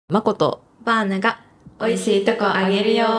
まことバーナが美味しいとこあげるよ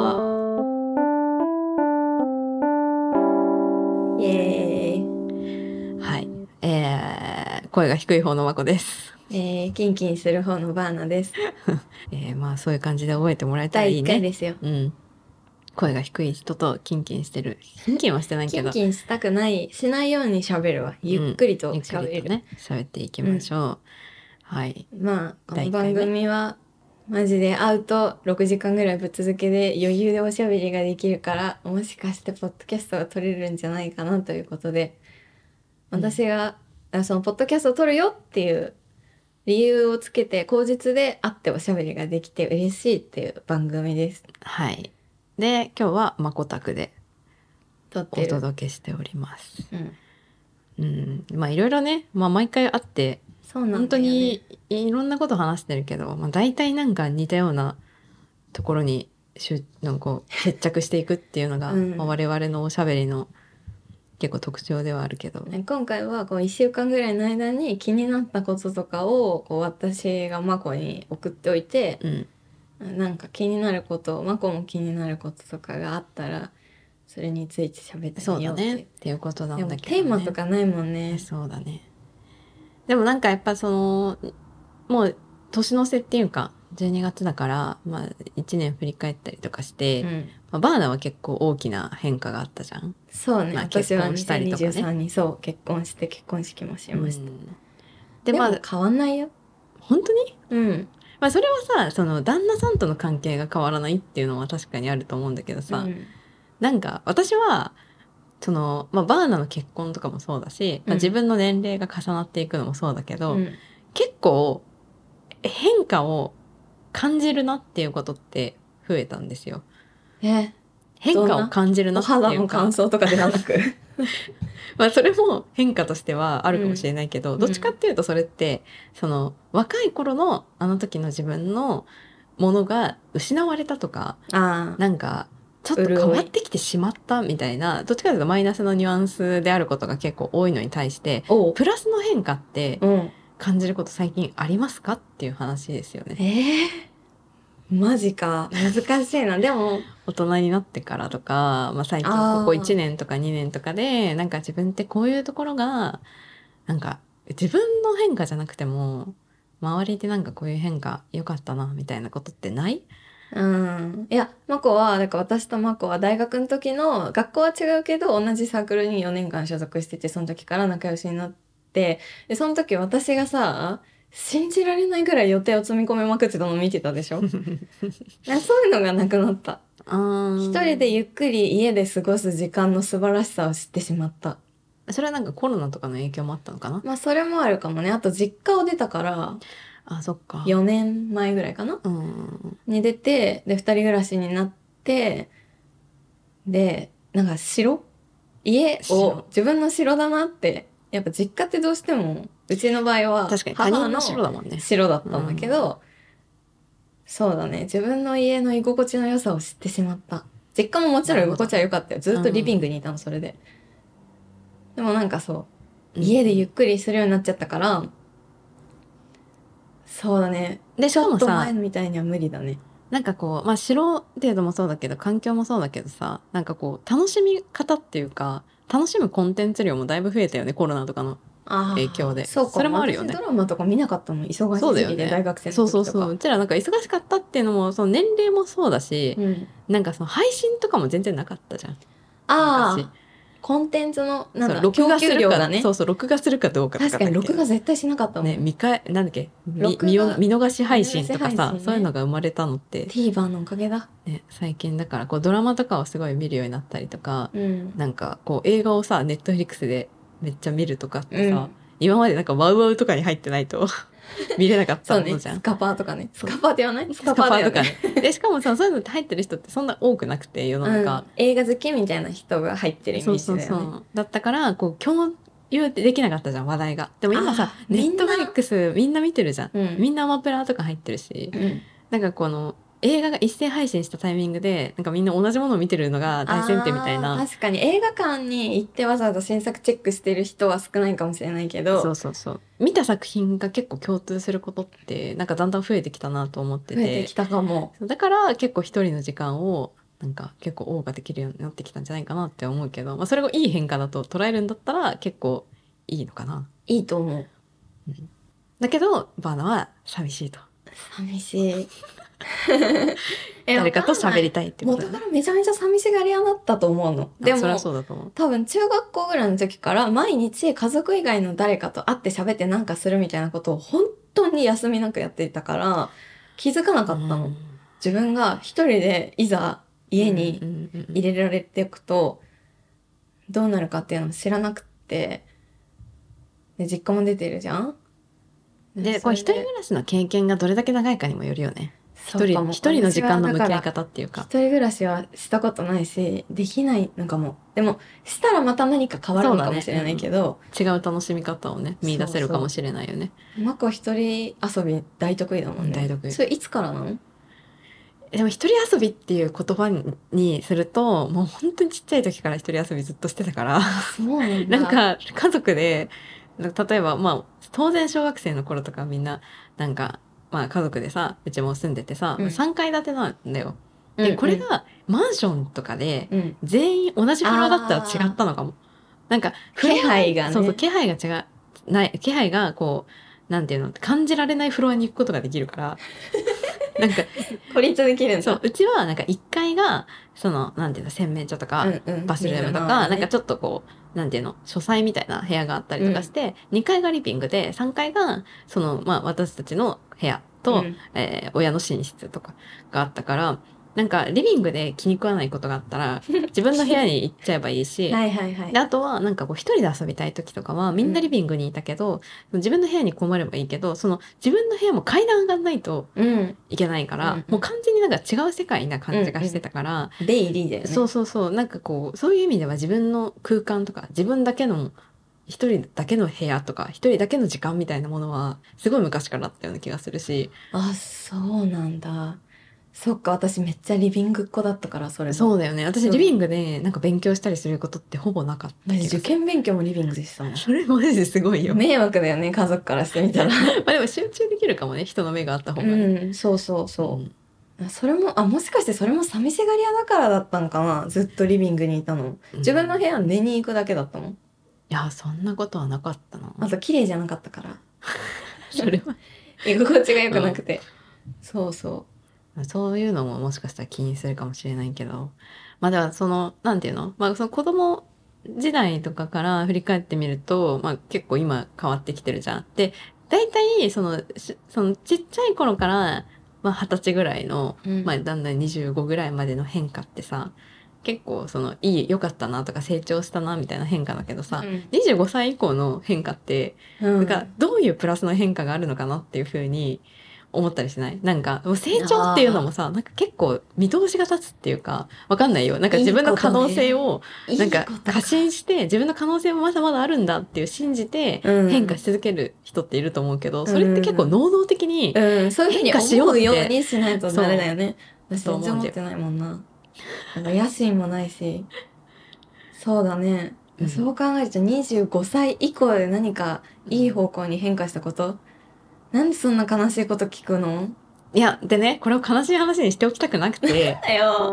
イエーイ。 はい、声が低い方のまこです、 キンキンする方のバーナです。 まあそういう感じで覚えてもらえたらいいね。 第1回ですよ。 声が低い人とキンキンしてる。キンキンはしてないけどキンキンしたくないしないように喋るわ。ゆっくりとゆっく喋る、 りとね喋っていきましょう、はい。 まあこの第一回目番組はマジで会うと6時間ぐらいぶっ続けで余裕でおしゃべりができるから、もしかしてポッドキャストが撮れるんじゃないかなということで、私がそのポッドキャストを撮るよっていう理由をつけて口実で会っておしゃべりができて嬉しいっていう番組です。 はい。で今日はまこたくでお撮ってる。 届けしております。まあいろいろね、まあ毎回会ってそうなんだよね。 本当にいろんなこと話してるけど、まあ、大体なんか似たようなところになんか決着していくっていうのが、まあ、我々のおしゃべりの結構特徴ではあるけど、 今回はこう1週間ぐらいの間に気になったこととかをこう私がマコに送っておいて、なんか気になることマコも気になることとかがあったらそれについて喋ってみようっていうことなんだけど、ね、 でもテーマとかないもんね。 そうだね。でもなんかやっぱそのもう年の瀬っていうか12月だから、まあ、1年振り返ったりとかして、まあ、バーナは結構大きな変化があったじゃん。 そうね、 まあ、 私はしたりとかね、 2023にそう結婚して結婚式もしました。 でまあ変わんないよ。 本当に？まあそれはさ、その旦那さんとの関係が変わらないっていうのは確かにあると思うんだけどさ、なんか私はその、まあ、バーナの結婚とかもそうだし、まあ、自分の年齢が重なっていくのもそうだけど、結構変化を感じるなっていうことって増えたんですよ。変化を感じるなっていうか、お肌の乾燥とかではなくまあそれも変化としてはあるかもしれないけど、どっちかっていうとそれってその若い頃のあの時の自分のものが失われたとか、なんかちょっと変わってきてしまったみたいな、どっちかというとマイナスのニュアンスであることが結構多いのに対して、プラスの変化って感じること最近ありますかっていう話ですよね。 マジか、難しいな。でも大人になってからとか、まあ、最近ここ1年とか2年とかでなんか自分ってこういうところがなんか自分の変化じゃなくても周りでなんかこういう変化良かったなみたいなことってない？ いや、マコはだから私とマコは大学の時の学校は違うけど同じサークルに4年間所属してて、その時から仲良しになって、でその時私がさ信じられないぐらい予定を積み込めまくってたの見てたでしょそういうのがなくなった。一人でゆっくり家で過ごす時間の素晴らしさを知ってしまった。 それはなんかコロナとかの影響もあったのかな？ まあそれもあるかもね。あと実家を出たから、 そっか。 4年前ぐらいかな、に出て、で2人暮らしになって、でなんか家を自分の城だなって、やっぱ実家ってどうしてもうちの場合は確かに他人の城だもんね。 城だったんだけど、そうだね、自分の家の居心地の良さを知ってしまった。実家ももちろん居心地は良かったよ。ずっとリビングにいたの、それで。でもなんかそう、家でゆっくりするようになっちゃったから、そうだね。 でしかもさ、 ちょっと前みたいには無理だね。 なんかこう、まあ城程度もそうだけど環境もそうだけどさ、なんかこう楽しみ方っていうか楽しむコンテンツ量もだいぶ増えたよね、コロナとかの影響で。それもあるよね。 私ドラマとか見なかったの、忙しすぎて、大学生の時とか。 そううちらなんか忙しかったっていうのもその年齢もそうだし、なんかその配信とかも全然なかったじゃん。コンテンツの録画するかね。録画するかどうかとか。 確かに録画絶対しなかったもんね。 なんだっけ、見逃し配信とかさ、そういうのが生まれたのって TVer のおかげだね。最近だからこうドラマとかをすごい見るようになったりとか、なんかこう映画をさネットフリックスでめっちゃ見るとかってさ、今までなんかワウワウとかに入ってないと見れなかったものじゃん。 スカパーとかね。スカパーって言わない？ スカパーとかね。でしかもさ、そういうのって入ってる人ってそんな多くなくて、世の中、 映画好きみたいな人が入ってるイメージだよね。 そうだったからこう共有できなかったじゃん、話題が。でも今さネットフリックスみんな見てるじゃん、みんなアマプラとか入ってるし、なんかこの映画が一斉配信したタイミングでなんかみんな同じものを見てるのが大前提みたいな。 確かに映画館に行ってわざわざ新作チェックしてる人は少ないかもしれないけど、 そうそうそう、見た作品が結構共通することってなんかだんだん増えてきたなと思ってて、 増えてきたかも。 だから結構一人の時間をなんか結構謳歌できるようになってきたんじゃないかなって思うけど、まあ、それがいい変化だと捉えるんだったら結構いいのかな。 いいと思う。 だけどバーナは寂しいと。 寂しい。 誰かと喋りたいってことだね。 元からめちゃめちゃ寂しがり屋だったと思うの。でもそりゃそうだと思う。 多分中学校ぐらいの時から毎日家族以外の誰かと会って喋ってなんかするみたいなことを本当に休みなくやっていたから気づかなかったの。自分が一人でいざ家に入れられていくとどうなるかっていうのも知らなくて、で実家も出てるじゃん。 でこれ一人暮らしの経験がどれだけ長いかにもよるよね。一人の時間の向き合い方っていうか。 一人暮らしはしたことないしできないのかも。でもしたらまた何か変わるのかもしれないけど、 違う楽しみ方をね見出せるかもしれないよね。 マコ一人遊び大得意だもんね。 大得意。 それいつからなの？ でも一人遊びっていう言葉にするともう本当にちっちゃい時から一人遊びずっとしてたからそうなんだ。 なんか家族で例えばまあ当然小学生の頃とかみんななんかまあ家族でさうちも住んでてさ、3階建てなんだよ。でこれがマンションとかで全員同じフロアだったら違ったのかも。なんか気配がね。 そう気配が違うない気配がこうなんていうの感じられないフロアに行くことができるからなんか孤立できるんだ。 そううちはなんか1階がそのなんていうの洗面所とか、バスルームとか、なんかちょっとこうなんていうの書斎みたいな部屋があったりとかして、2階がリビングで3階がそのまあ私たちの部屋と、親の寝室とかがあったからなんかリビングで気に食わないことがあったら自分の部屋に行っちゃえばいいしはいはい、はい、 であとはなんかこう一人で遊びたい時とかはみんなリビングにいたけど、自分の部屋にこもればいいけどその自分の部屋も階段上がんないといけないから、もう完全になんか違う世界な感じがしてたから、 出入りだよね。 そうそうそうなんかこうそういう意味では自分の空間とか自分だけの一人だけの部屋とか一人だけの時間みたいなものはすごい昔からあったような気がするし。 あ、そうなんだ。そっか、私めっちゃリビングっ子だったからそれも。 そうだよね。私リビングでなんか勉強したりすることってほぼなかった気がする。 受験勉強もリビングでしたもん。 それマジですごいよ。 迷惑だよね家族からしてみたら。まあでも集中できるかもね人の目があった方が、 そうそうそう、それももしかしてそれも寂しがり屋だからだったのかな。ずっとリビングにいたの。自分の部屋寝に行くだけだったもん。いやそんなことはなかったな。 あと綺麗じゃなかったからそれは居心地が良くなくて、そうそういうのももしかしたら気にするかもしれないけど、まあではそのなんていうの、まあその子供時代とかから振り返ってみると、まあ結構今変わってきてるじゃん。で、大体そのちっちゃい頃からまあ20歳ぐらいの、まあだんだん25ぐらいまでの変化ってさ、結構その良かったなとか成長したなみたいな変化だけどさ、25歳以降の変化って、なんかどういうプラスの変化があるのかなっていうふうに思ったりしない？なんか成長っていうのもさなんか結構見通しが立つっていうかわかんないよ。なんか自分の可能性をなんか過信して自分の可能性もまだまだあるんだっていう信じて変化し続ける人っていると思うけど、それって結構能動的に変化しようって、 そういうふうに思うようにしないとダメだよね。私全然思ってないもんな。なんか野心もないし。そうだね。そう考えると25歳以降で何かいい方向に変化したこと、なんでそんな悲しいこと聞くの？ いやでねこれを悲しい話にしておきたくなくてだよ。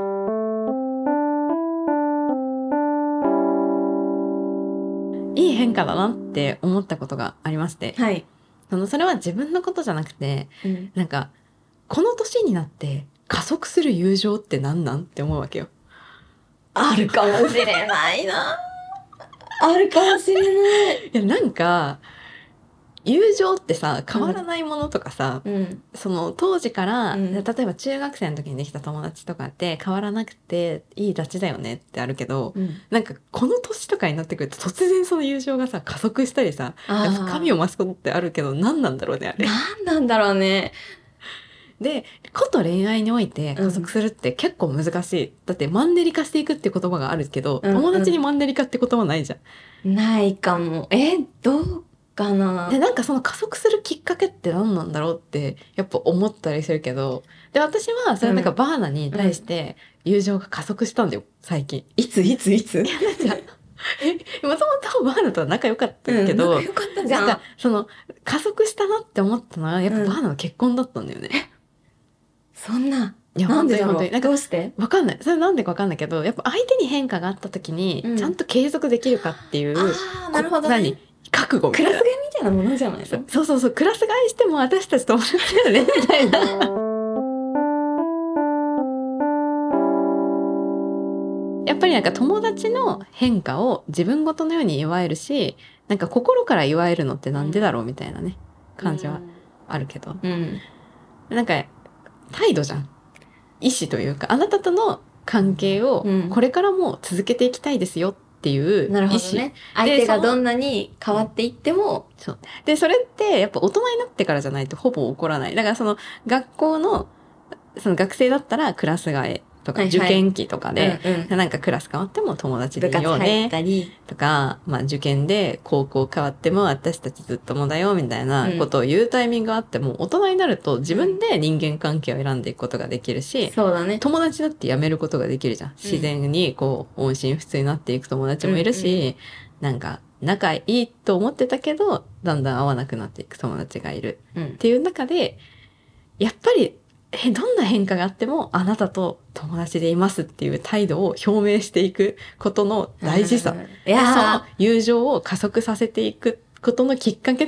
いい変化だなって思ったことがありまして、 はい、 それは自分のことじゃなくて、なんかこの年になって加速する友情って何なんって思うわけよ。 あるかもしれないな。あるかもしれない。 いやなんか友情ってさ変わらないものとかさ、その当時から、例えば中学生の時にできた友達とかって変わらなくていいダチだよねってあるけど、なんかこの年とかになってくると突然その友情がさ加速したりさ深みを増すことってあるけど何なんだろうねあれ。 何なんだろうね。 でこと恋愛において加速するって結構難しい、だってマンネリ化していくって言葉があるけど、友達にマンネリ化って言葉ないじゃん。 ないかも。どうかな。 でなんかその加速するきっかけって何なんだろうってやっぱ思ったりするけど、で私はそれなんかバーナに対して友情が加速したんだよ最近。 いつなんかもともとバーナとは仲良かったけど、 仲良かったじゃん。 なんかその加速したなって思ったのはやっぱバーナの結婚だったんだよね。 そんな。 いやなんでだろう。 本当になんかどうして？ わかんない。それなんでかわかんないけど、やっぱ相手に変化があった時にちゃんと継続できるかっていう、 なるほどね。 何覚悟みたいな。 クラス替えみたいなものじゃないの？ そうそうそう、クラス替えしても私たち友達だよねみたいな。やっぱりなんか友達の変化を自分ごとのように祝えるし、なんか心から祝えるのってなんでだろうみたいなね、感じはあるけど、なんか態度じゃん。意思というか、あなたとの関係をこれからも続けていきたいですよっていう意思。 なるほどね。相手がどんなに変わっていっても。 そう。で、それってやっぱ大人になってからじゃないとほぼ起こらない。だからその学校の、その学生だったらクラス替えとか、受験期とかで、なんかクラス変わっても友達でいようねとか、まあ受験で高校変わっても私たちずっともだよみたいなことを言うタイミングがあっても、大人になると自分で人間関係を選んでいくことができるし、 そうだね。 友達だって辞めることができるじゃん。自然にこう音信不通になっていく友達もいるし、なんか仲いいと思ってたけどだんだん会わなくなっていく友達がいるっていう中で、やっぱりどんな変化があってもあなたと友達でいますっていう態度を表明していくことの大事さ、 いやその友情を加速させていくことのきっかけって、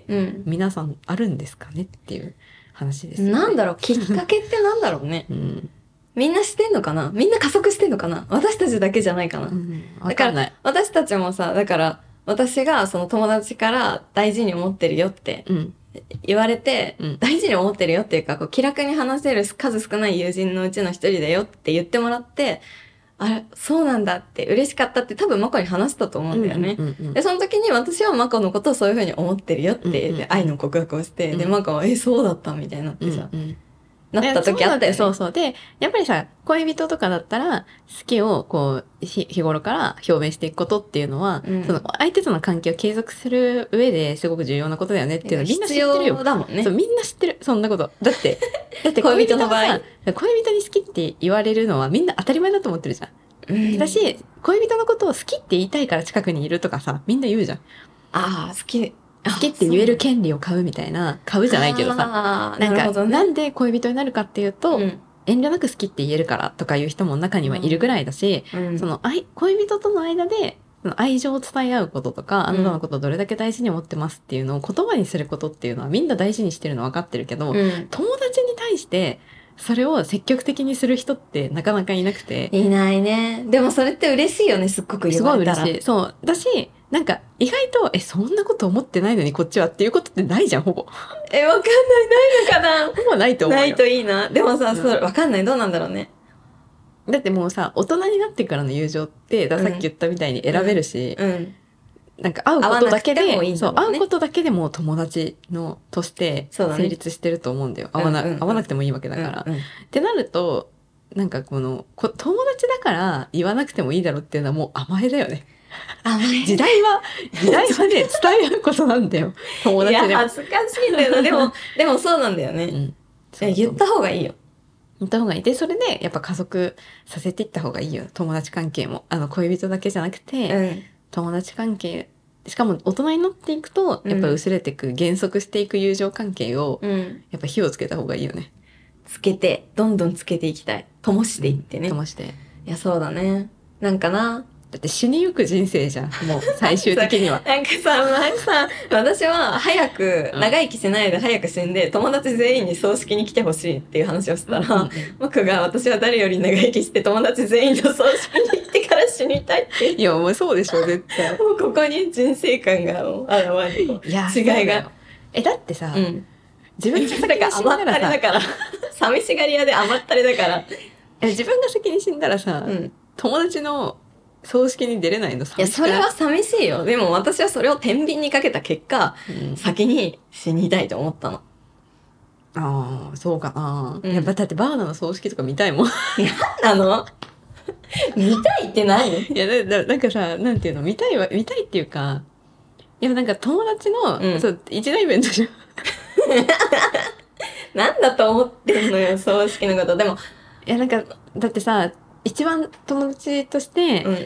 皆さんあるんですかねっていう話ですよね。 なんだろう、きっかけってなんだろうね。みんなしてんのかな？みんな加速してんのかな？私たちだけじゃないかな。だから私たちもさ、だから私がその友達から大事に思ってるよって言われて、大事に思ってるよっていうか、こう気楽に話せる数少ない友人のうちの一人だよって言ってもらって、あれ、そうなんだって嬉しかったって多分マコに話したと思うんだよね。で、その時に私はマコのことをそういう風に思ってるよって、で愛の告白をして、で、マコはそうだったみたいになってさ、なった時あったよね。 そうそう。で、やっぱりさ、恋人とかだったら、好きをこう、日頃から表明していくことっていうのは、その相手との関係を継続する上ですごく重要なことだよねっていうのはみんな知ってるよ。必要だもんね。そう、みんな知ってる。そんなこと。だって恋人の場合。 恋人に好きって言われるのはみんな当たり前だと思ってるじゃん。だし、恋人のことを好きって言いたいから近くにいるとかさ、みんな言うじゃん。 ああ、好きって言える権利を買うみたいな、買うじゃないけどさ、なんか、なんで恋人になるかっていうと、遠慮なく好きって言えるからとかいう人も中にはいるぐらいだし、その恋人との間でその愛情を伝え合うこととか、あなたのことをどれだけ大事に思ってますっていうのを言葉にすることっていうのはみんな大事にしてるの分かってるけど、友達に対してそれを積極的にする人ってなかなかいなくて。 いないね。でもそれって嬉しいよね、すっごく言われたら。 すごい嬉しい。そう。だし、なんか意外と、そんなこと思ってないのにこっちはっていうことってないじゃん、ほぼ。 わかんない、ないのかな？ ほぼないと思うよ。 ないといいな。でもさ、わかんない、どうなんだろうね。 だってもうさ、大人になってからの友情って、さっき言ったみたいに選べるし、なんか会うことだけで、そう、会うことだけでも友達のとして成立してると思うんだよ。会わなくてもいいわけだから。ってなると、なんか友達だから言わなくてもいいだろうっていうのはもう甘えだよね。時代はね、伝え合うことなんだよ。友達でも。 いや、恥ずかしいんだよ。でもそうなんだよね。言った方がいいよ。 言った方がいい。で、それでやっぱ加速させていった方がいいよ。友達関係も。恋人だけじゃなくて、友達関係、しかも大人になっていくと、やっぱ薄れていく、減速していく友情関係を、やっぱ火をつけた方がいいよね。 つけて、どんどんつけていきたい。灯していってね。 灯して。 いや、そうだね。なんかな。 だって死にゆく人生じゃん。もう最終的には。 なんかさ、前さ、私は早く、長生きしないで早く死んで、友達全員に葬式に来てほしいっていう話をしたら、僕が私は誰より長生きして友達全員の葬式に行ってから死にたいって。 いや、もうそうでしょ、絶対。 もうここに人生観が現れる。違いが。 だってさ、自分が先に死んだらさ、 だから、寂しがり屋で甘ったれだから。 自分が先に死んだらさ、友達の葬式に出れないのさ。 いや、それは寂しいよ。でも私はそれを天秤にかけた結果、先に死にたいと思ったの。 ああ、そうかな。やっぱだってバーナの葬式とか見たいもん。 なんなの？見たいって何？ いや、なんかさ、なんていうの、見たいっていうか、 いやなんか友達の、 うんそう一大イベントじゃん。 なんだと思ってんのよ葬式のこと。でもいやなんかだってさ一番友達として、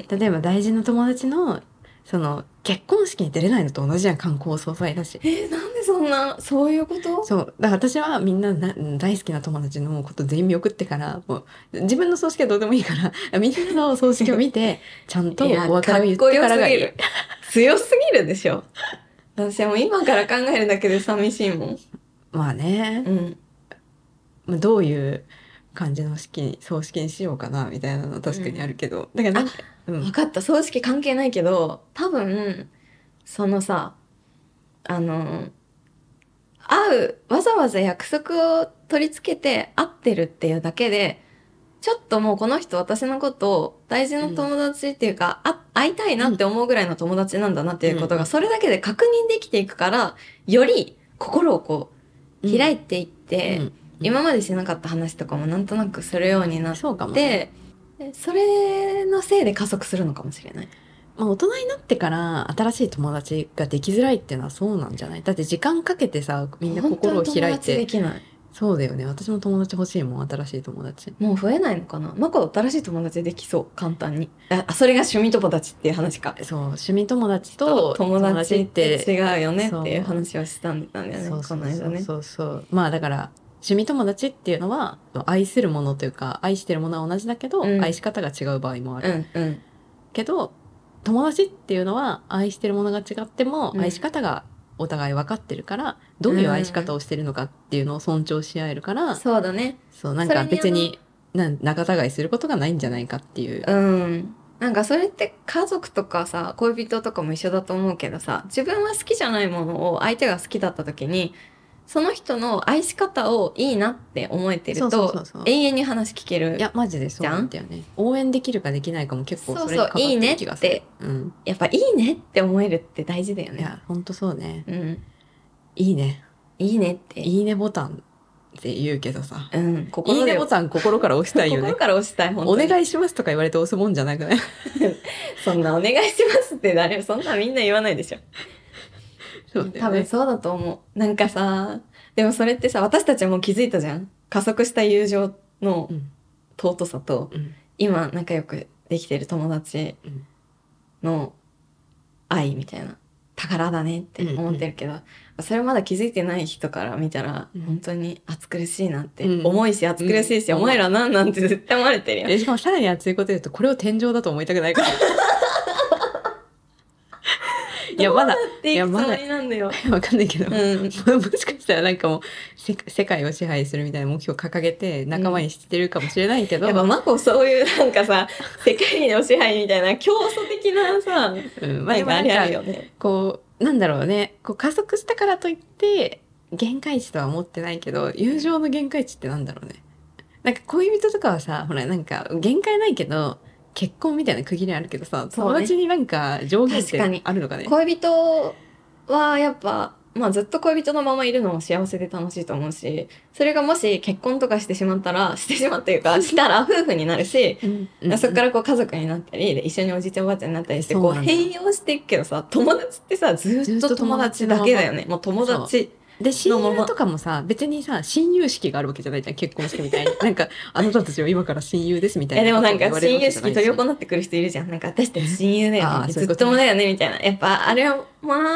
例えば大事な友達のその結婚式に出れないのと同じじゃん。観光総裁だし。 なんでそんなそういうこと？ そうだから私はみんな大好きな友達のこと全員見送ってからもう自分の葬式はどうでもいいからみんなの葬式を見てちゃんとお別れを言ってからがいい。 強すぎるでしょ。私はもう今から考えるだけで寂しいもん。 まあね、まあどういう感じの葬式にしようかなみたいなのは確かにあるけど、だからなんか分かった。葬式関係ないけど多分そのさわざわざ約束を取り付けて会ってるっていうだけでちょっともうこの人私のことを大事な友達っていうか、会いたいなって思うぐらいの友達なんだなっていうことがそれだけで確認できていくからより心をこう開いていって、今までしなかった話とかもなんとなくするようになって、 そうかもね、 それのせいで加速するのかもしれない。 まあ、大人になってから新しい友達ができづらいっていうのはそうなんじゃない？だって時間かけてさみんな心を開いて。 友達できない。 そうだよね。私も友達欲しいもん、新しい友達。 もう増えないのかな。マコ新しい友達できそう、簡単に。それが趣味友達っていう話か。 そう、趣味友達と友達って違うよねっていう話をしたんだよね、この間ね。 そう。まあだから趣味友達っていうのは愛するものというか愛してるものは同じだけど、愛し方が違う場合もある。けど友達っていうのは愛してるものが違っても、愛し方がお互い分かってるからどういう愛し方をしてるのかっていうのを尊重し合えるから、 そうだね。 そうなんか別に仲違いすることがないんじゃないかっていう。 なんかそれって家族とかさ恋人とかも一緒だと思うけどさ、自分は好きじゃないものを相手が好きだった時にその人の愛し方をいいなって思えてると永遠に話聞ける。 いやマジでそうなんだよね。応援できるかできないかも結構それにかかってる気がする。 いいねって、やっぱいいねって思えるって大事だよね。 いやほんとそうね。いいねっていいねボタンって言うけどさ、いいねボタン心から押したいよね。 心から押したい。本当にお願いしますとか言われて押すもんじゃなくない？ そんなお願いしますってそんなみんな言わないでしょ。そうだよね、多分そうだと思う。なんかさ、でもそれってさ、私たちはもう気づいたじゃん。加速した友情の尊さと、今仲良くできてる友達の愛みたいな宝だねって思ってるけど、それまだ気づいてない人から見たら、本当に暑苦しいなって重いし、暑苦しいし、お前らなんて絶対思われてるよ。 しかもさらに熱いこと言うとこれを天井だと思いたくないから。いやまだいやまだなんだよ。 わかんないけど、もしかしたらなんかもう世界を支配するみたいな目標を掲げて仲間にしてるかもしれないけど、 やっぱマコそういうなんかさ世界の支配みたいな競争的なさ、 まああるよね。こうなんだろうね、こう加速したからといって限界値とは思ってないけど、友情の限界値ってなんだろうね。なんか恋人とかはさほらなんか限界ないけど結婚みたいな区切りあるけどさ、友達になんか上限ってあるのかね。 恋人はやっぱずっと恋人のままいるのも幸せで楽しいと思うし、それがもし結婚とかしてしまったらしたら夫婦になるし、そこからこう家族になったりで一緒におじいちゃんおばあちゃんになったりしてこう変容していくけどさ、友達ってさずっと友達だけだよね。もう友達で親友とかもさ別にさ親友式があるわけじゃないじゃん、結婚式みたいに。なんかあなたたちは今から親友ですみたいな。 でもなんか親友式執り行ってくる人いるじゃん。なんか私たち親友だよね、ずっともだよねみたいな。やっぱあれは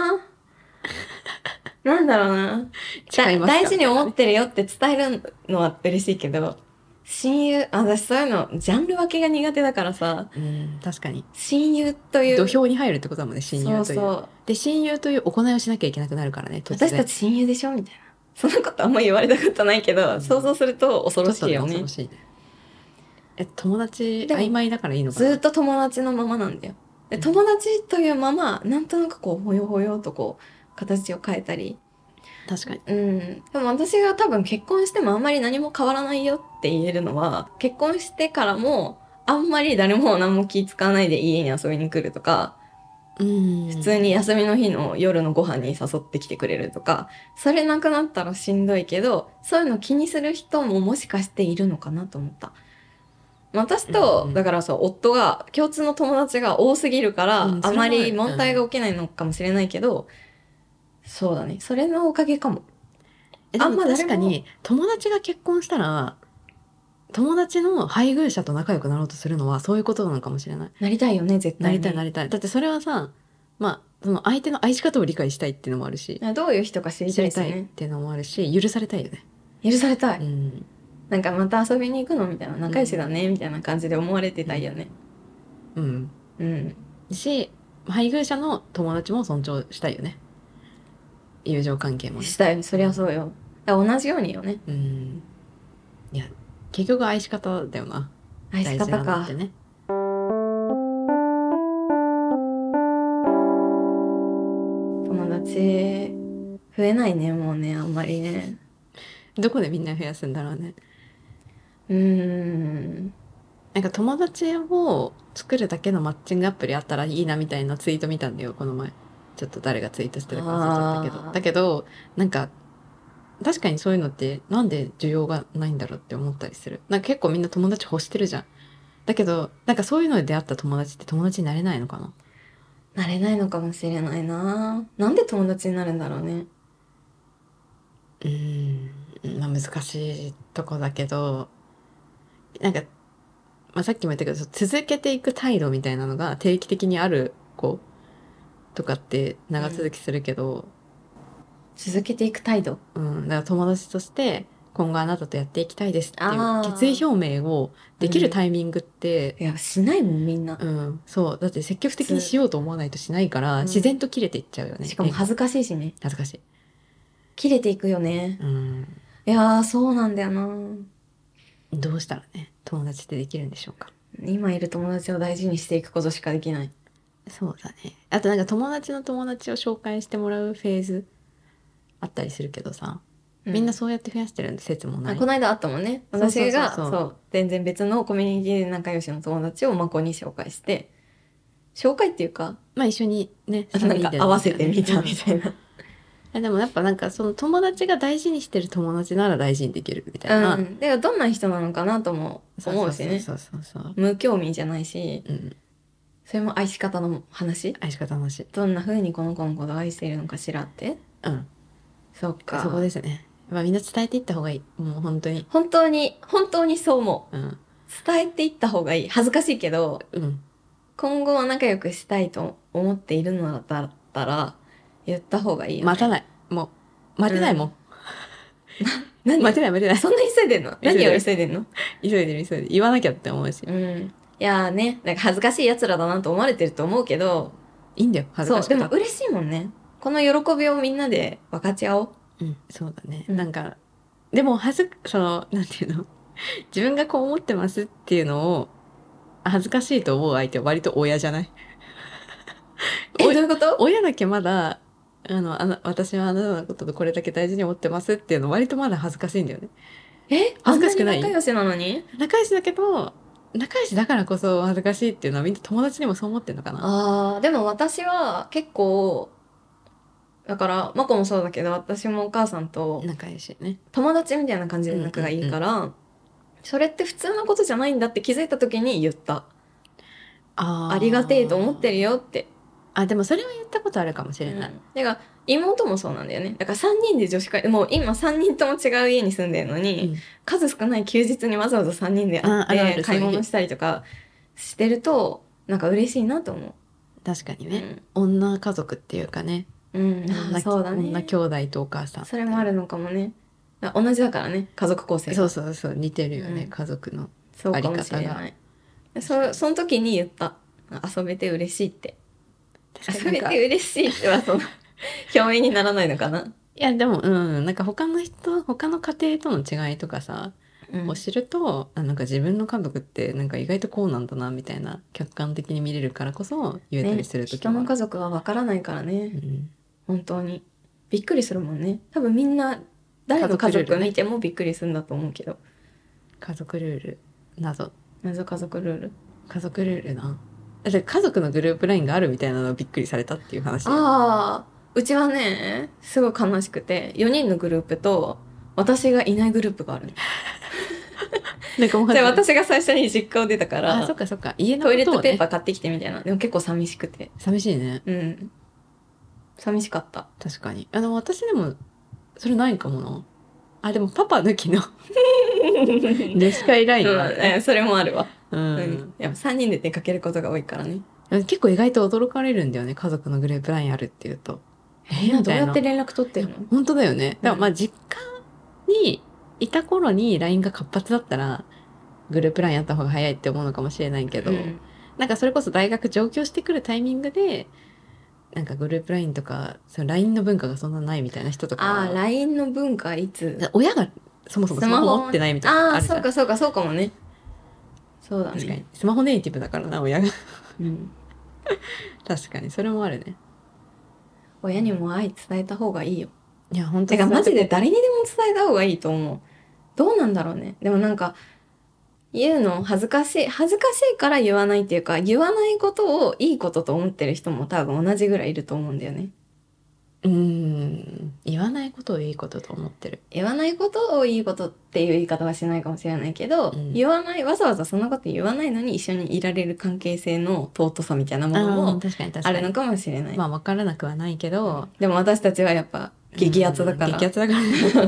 なんだろうな、大事に思ってるよって伝えるのは嬉しいけど、親友、私そういうのジャンル分けが苦手だからさ。 確かに親友という土俵に入るってことだもんね、親友という。で親友という行いをしなきゃいけなくなるからね。 私たち親友でしょみたいな。そんなことあんま言われたことないけど、想像すると恐ろしいよね。恐ろしいね。友達曖昧だからいいのかな。 ずっと友達のままなんだよ。で友達というままなんとなくこうほよほよとこう形を変えたり。 確かに。 でも私が多分結婚してもあんまり何も変わらないよって言えるのは、結婚してからもあんまり誰も何も気使わないで家に遊びに来るとか、普通に休みの日の夜のご飯に誘ってきてくれるとか、それなくなったらしんどいけど、そういうの気にする人ももしかしているのかなと思った。 私と、 うんだからそう、夫が共通の友達が多すぎるから、 うんあまり問題が起きないのかもしれないけど、そうだね。それのおかげかも。 でもあんま誰も確かに友達が結婚したら友達の配偶者と仲良くなろうとするのはそういうことなのかもしれない。 なりたいよね、絶対に。 なりたいなりたい。だってそれはさ、まあその相手の愛し方を理解したいっていうのもあるし、 どういう人か知りたいし知りたいっね。 ていうのもあるし、許されたいよね。 許されたい。 うんなんかまた遊びに行くのみたいな、仲良しだね、みたいな感じで思われてたいよね。 うんうん。 し、配偶者の友達も尊重したいよね。友情関係もね。 したい。そりゃそうよ。だから同じようによね。 うんいや結局愛し方だよな。 愛し方大事なのかって。ね。 友達、増えないね、もうね、あんまりね。 どこでみんな増やすんだろうね。 なんなんか友達を作るだけのマッチングアプリあったらいいなみたいなツイート見たんだよ、この前。ちょっと誰がツイートしてるか忘れちゃったけど。 あーだけど、なんか、確かにそういうのってなんで需要がないんだろうって思ったりする。なんか結構みんな友達欲してるじゃん。だけど、なんかそういうので出会った友達って友達になれないのかな。 なれないのかもしれないな。なんで友達になるんだろうね。 まあ難しいとこだけど、なんか、まあ、さっきも言ったけど、続けていく態度みたいなのが定期的にある子とかって長続きするけど、 続けていく態度。 だから友達として今後あなたとやっていきたいですっていうあー決意表明をできるタイミングって、 いや、しないもん、みんな。 そうだって積極的にしようと思わないとしないから、 うん自然と切れていっちゃうよね。 しかも恥ずかしいしね。 恥ずかしい。 切れていくよね。いやー、そうなんだよな。 どうしたらね友達ってできるんでしょうか。 今いる友達を大事にしていくことしかできない。 そうだね。あとなんか友達の友達を紹介してもらうフェーズあったりするけどさ、みんなそうやって増やしてる説もない。 この間あったもんね。 そうそうそうそう私がそう全然別のコミュニティで仲良しの友達をマコに紹介して、紹介っていうか、 まあ一緒にね、 なんか合わせてみたみたいな。 でもやっぱなんかその友達が大事にしてる友達なら大事にできるみたいな。 でどんな人なのかなとも思うしね。 そうそうそう。 無興味じゃないし、 うん。 それも愛し方の話。 愛し方の話。 どんな風にこの子のことを愛しているのかしらって。そっか。 そこですね。まあみんな伝えていった方がいい。もう本当に。 本当にそう思う。伝えていった方がいい。恥ずかしいけど、今後は仲良くしたいと思っているのだったら言った方がいいよね。 待たない。もう待てないもん。 何待てない。 そんな急いでんの？何を急いでんの？ 急いでる。言わなきゃって思うし。 いやーね、なんか恥ずかしい奴らだなと思われてると思うけど、 いいんだよ、恥ずかしくて。 そう、でも嬉しいもんね。この喜びをみんなで分かち合おう。 そうだね。なんか、でもなんていうの自分がこう思ってますっていうのを恥ずかしいと思う相手は割と親じゃない？ どういうこと？ 親だけまだ私はあなたのこととこれだけ大事に思ってますっていうの割とまだ恥ずかしいんだよね。恥ずかしくない？ あんなに仲良しなのに？ 仲良しだけど仲良しだからこそ恥ずかしいっていうのはみんな友達にもそう思ってんのかな。 でも私は結構だからマコもそうだけど、私もお母さんと仲良しね。 友達みたいな感じで仲がいいから、それって普通のことじゃないんだって気づいた時に言った。ありがてえと思ってるよって。 でもそれは言ったことあるかもしれない。 だから妹もそうなんだよね。だから3人で女子会、もう今3人とも違う家に住んでるのに、数少ない休日にわざわざ3人で会って買い物したりとかしてるとなんか嬉しいなと思う。 確かにね、女家族っていうかね、 そうだね、 女兄弟とお母さん、 それもあるのかもね。同じだからね、家族構成が。 そう似てるよね、家族のあり方が。その時に言った。遊べて嬉しいって。遊べて嬉しいってはその表面にならないのかな。 いやでもなんか他の家庭との違いとかさ、を知るとなんか自分の家族ってなんか意外とこうなんだなみたいな客観的に見れるからこそ言えたりする時は、 人の家族は分からないからね、本当にびっくりするもんね。多分みんな誰の家族見てもびっくりするんだと思うけど、 家族ルール謎家族ルールな。だって家族のグループラインがあるみたいなのびっくりされたっていう話。 うちはねすごい悲しくて4人のグループと私がいないグループがあるなんかもうで私が最初に実家を出たからあそっかそっか家のトイレッことをねトペーパー買ってきてみたいな。でも結構寂しくて。 寂しいね。 うん。寂しかった。 確かに私でもそれないかもな。あでもパパ抜きの女子会ラインはあるね、 それもあるわ。 うん、 やっぱ3人で出かけることが多いからね。 結構意外と驚かれるんだよね家族のグループラインあるっていうと。 どうやって連絡取ってるの？ 本当だよね。だからまあ実家にいた頃に LINE が活発だったらグループラインあった方が早いって思うのかもしれないけど、なんかそれこそ大学上京してくるタイミングでなんかグループラインとかその LINE の文化がそんなないみたいな人とか。 LINE の文化いつ？ 親がそもそもスマホ持ってないみたいな。 そうかそうかもね。そうだね。 確かにスマホネイティブだからな親が。 うん確かにそれもあるね。 親にも愛伝えた方がいいよ。 いや本当だからマジで誰にでも伝えた方がいいと思う。どうなんだろうね。でもなんか言うの恥ずかしいから言わないっていうか、言わないことをいいことと思ってる人も多分同じぐらいいると思うんだよね。 言わないことをいいことと思ってる。 言わないことをいいことっていう言い方はしないかもしれないけど、言わない、わざわざそんなこと言わないのに一緒にいられる関係性の尊さみたいなものもあるのかもしれない。 まあ分からなくはないけど、 でも私たちはやっぱ激アツだから。 激アツだから。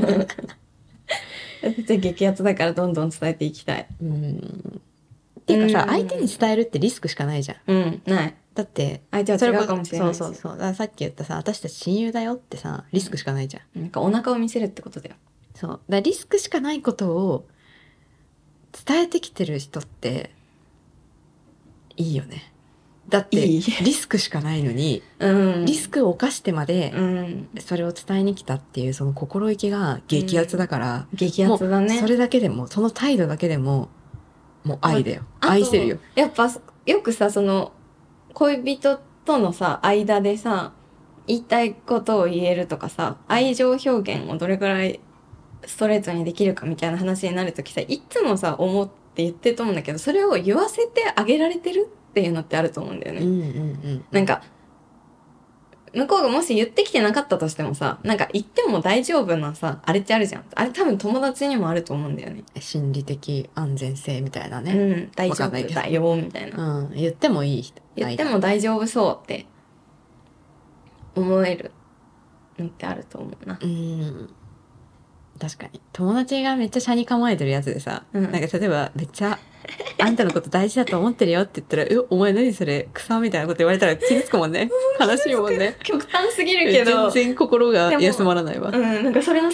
私たち激アツだからどんどん伝えていきたい。 っていうかさ、相手に伝えるってリスクしかないじゃん。 ない。 だって相手は違うかもしれないし。 そうだからさっき言ったさ私たち親友だよってさリスクしかないじゃん。 なんかお腹を見せるってことだよ。 そうだからリスクしかないことを伝えてきてる人っていいよね。だってリスクしかないのに、リスクを冒してまでそれを伝えに来たっていうその心意気が激アツだから、 激アツだね。 もうそれだけでもその態度だけでももう愛だよ。愛してるよ。 やっぱよくさその恋人とのさ間でさ言いたいことを言えるとかさ愛情表現をどれくらいストレートにできるかみたいな話になるときさいつもさ思って言ってると思うんだけどそれを言わせてあげられてるっていうのってあると思うんだよね。なんか向こうがもし言ってきてなかったとしてもさなんか言っても大丈夫なさあれってあるじゃん。あれ多分友達にもあると思うんだよね。 心理的安全性みたいなね。 大丈夫だよみたいな。 言ってもいい人。 言っても大丈夫そうって思えるのってあると思うな。 確かに友達がめっちゃ車に構えてるやつでさ、なんか例えばめっちゃあんたのこと大事だと思ってるよって言ったらお前何それ草みたいなこと言われたら傷つくもんね。悲しいもんね。 極端すぎるけど全然心が休まらないわ。 なんかそれを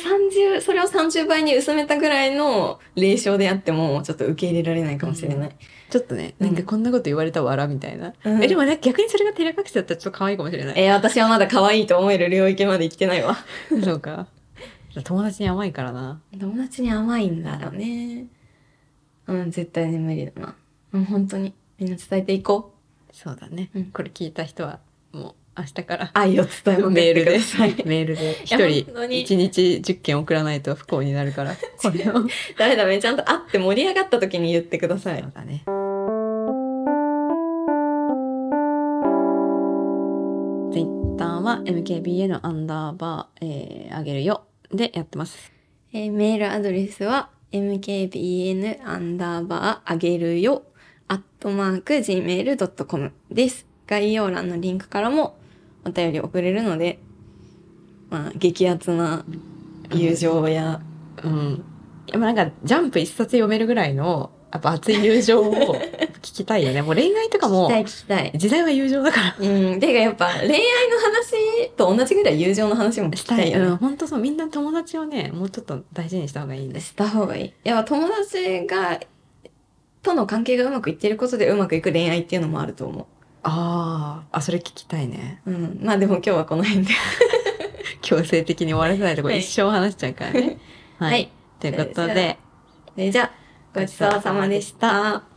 30倍に薄めたぐらいの霊障であってもちょっと受け入れられないかもしれない。 ちょっとねなんかこんなこと言われたら笑みたいな。でもね逆にそれが照れ隠しだったらちょっと可愛いかもしれない。 私はまだ可愛いと思える領域まで生きてないわ。 そうか。友達に甘いからな。 友達に甘いんだよね。絶対に無理だな。本当にみんな伝えていこう。そうだね。これ聞いた人はもう明日から愛を伝えまくってください。 メールで一人1日10件送らないと不幸になるからこれをダメちゃんと会って盛り上がった時に言ってください。 そうだね。Twitter は MKBN_ あげるよでやってます。 メールアドレスはmkbn_ あげるよ@gmail.com です。概要欄のリンクからもお便り送れるので、激アツな友情や、 なんかジャンプ一冊読めるぐらいのやっぱ熱い友情を聞きたいよね。もう恋愛とかも聞きたい。 時代は友情だから。 てかやっぱ恋愛の話と同じぐらい友情の話も聞きたいよね。 本当そうみんな友達をねもうちょっと大事にした方がいいね。 した方がいい。やっぱ友達との関係がうまくいってることでうまくいく恋愛っていうのもあると思う。 それ聞きたいね。 まあでも今日はこの辺で強制的に終わらせないとこ一生話しちゃうからね。はい。ということで、 じゃあごちそうさまでした。